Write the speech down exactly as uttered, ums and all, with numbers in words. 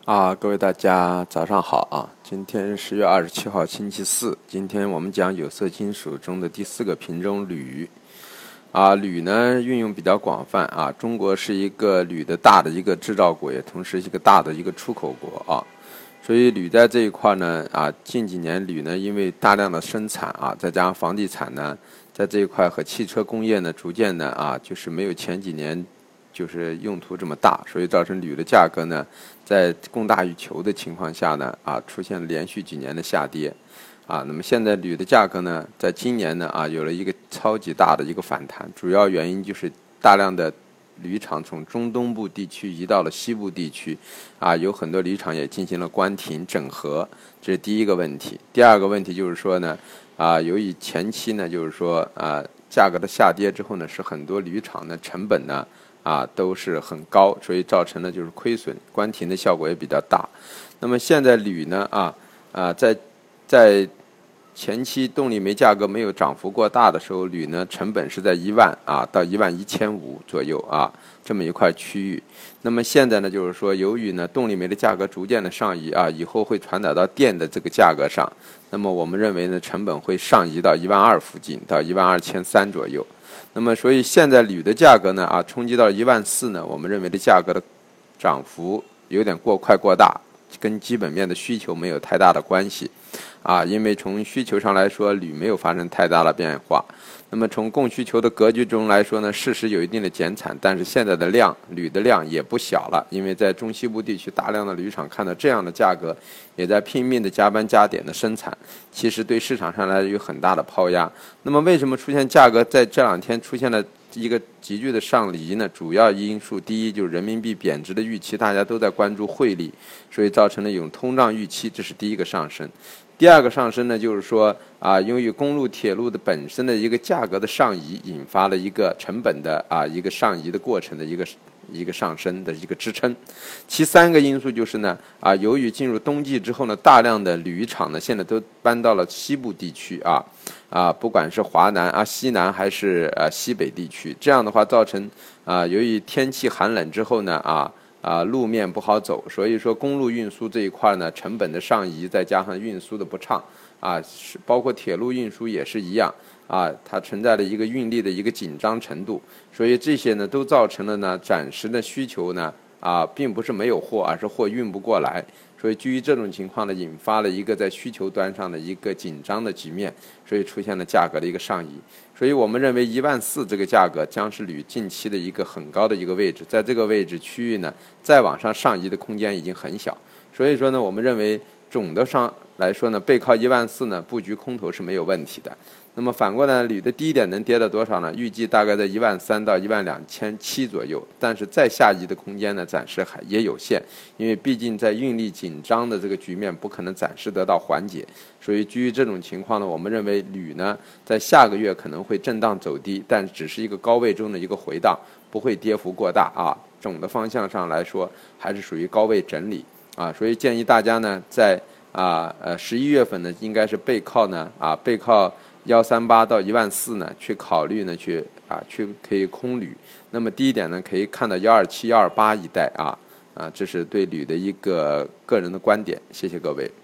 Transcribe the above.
啊，各位大家早上好啊！今天十月二十七号，星期四。今天我们讲有色金属中的第四个品种铝。啊，铝呢运用比较广泛啊。中国是一个铝的大的一个制造国，也同时是一个大的一个出口国啊。所以铝在这一块呢啊，近几年铝呢因为大量的生产啊，再加上房地产呢，在这一块和汽车工业呢逐渐的啊，就是没有前几年就是用途这么大，所以造成铝的价格呢，在供大于求的情况下呢，啊，出现了连续几年的下跌，啊，那么现在铝的价格呢，在今年呢，啊，有了一个超级大的一个反弹，主要原因就是大量的铝厂从中东部地区移到了西部地区，啊，有很多铝厂也进行了关停整合，这是第一个问题。第二个问题就是说呢，啊，由于前期呢，就是说啊，价格的下跌之后呢，使很多铝厂的成本呢。啊，都是很高，所以造成了就是亏损，关停的效果也比较大。那么现在铝呢，啊啊，在在前期动力煤价格没有涨幅过大的时候，铝呢成本是在一万啊到一万一千五左右啊这么一块区域。那么现在呢，就是说由于呢动力煤的价格逐渐的上移啊，以后会传导到电的这个价格上，那么我们认为呢成本会上移到一万二附近，到一万二千三左右。那么，所以现在铝的价格呢，啊，冲击到一万四呢，我们认为的价格的涨幅有点过快过大，跟基本面的需求没有太大的关系，啊，因为从需求上来说，铝没有发生太大的变化。那么从供需求的格局中来说呢，事实有一定的减产，但是现在的量，铝的量也不小了，因为在中西部地区大量的铝厂看到这样的价格，也在拼命的加班加点的生产，其实对市场上来有很大的抛压。那么为什么出现价格在这两天出现了一个急剧的上移呢？主要因素第一就是人民币贬值的预期，大家都在关注汇率，所以造成了一种通胀预期，这是第一个上升。第二个上升呢，就是说啊，由于公路、铁路的本身的一个价格的上移，引发了一个成本的啊一个上移的过程的一个一个上升的一个支撑。其三个因素就是呢啊，由于进入冬季之后呢，大量的铝厂呢现在都搬到了西部地区啊啊，不管是华南啊、西南还是呃西北地区，这样的话造成啊，由于天气寒冷之后呢啊。啊，路面不好走，所以说公路运输这一块呢，成本的上移，再加上运输的不畅，啊，是包括铁路运输也是一样，啊，它存在了一个运力的一个紧张程度，所以这些呢，都造成了呢，暂时的需求呢，啊，并不是没有货，而是货运不过来，所以基于这种情况呢，引发了一个在需求端上的一个紧张的局面，所以出现了价格的一个上移。所以我们认为一万四这个价格将是铝近期的一个很高的一个位置，在这个位置区域呢，再往上上移的空间已经很小。所以说呢，我们认为总的上来说呢，背靠一万四呢，布局空头是没有问题的。那么反过来，铝的低点能跌到多少呢？预计大概在一万三到一万两千七左右，但是再下移的空间呢，暂时还也有限，因为毕竟在运力紧张的这个局面不可能暂时得到缓解，所以基于这种情况呢，我们认为铝呢在下个月可能会震荡走低，但只是一个高位中的一个回荡，不会跌幅过大啊。总的方向上来说，还是属于高位整理啊，所以建议大家呢在啊呃十一月份呢，应该是背靠呢啊背靠。幺三八到一万四呢，去考虑呢，去啊，去可以空铝。那么低一点呢，可以看到幺二七、幺二八一带啊啊，这是对铝的一个个人的观点。谢谢各位。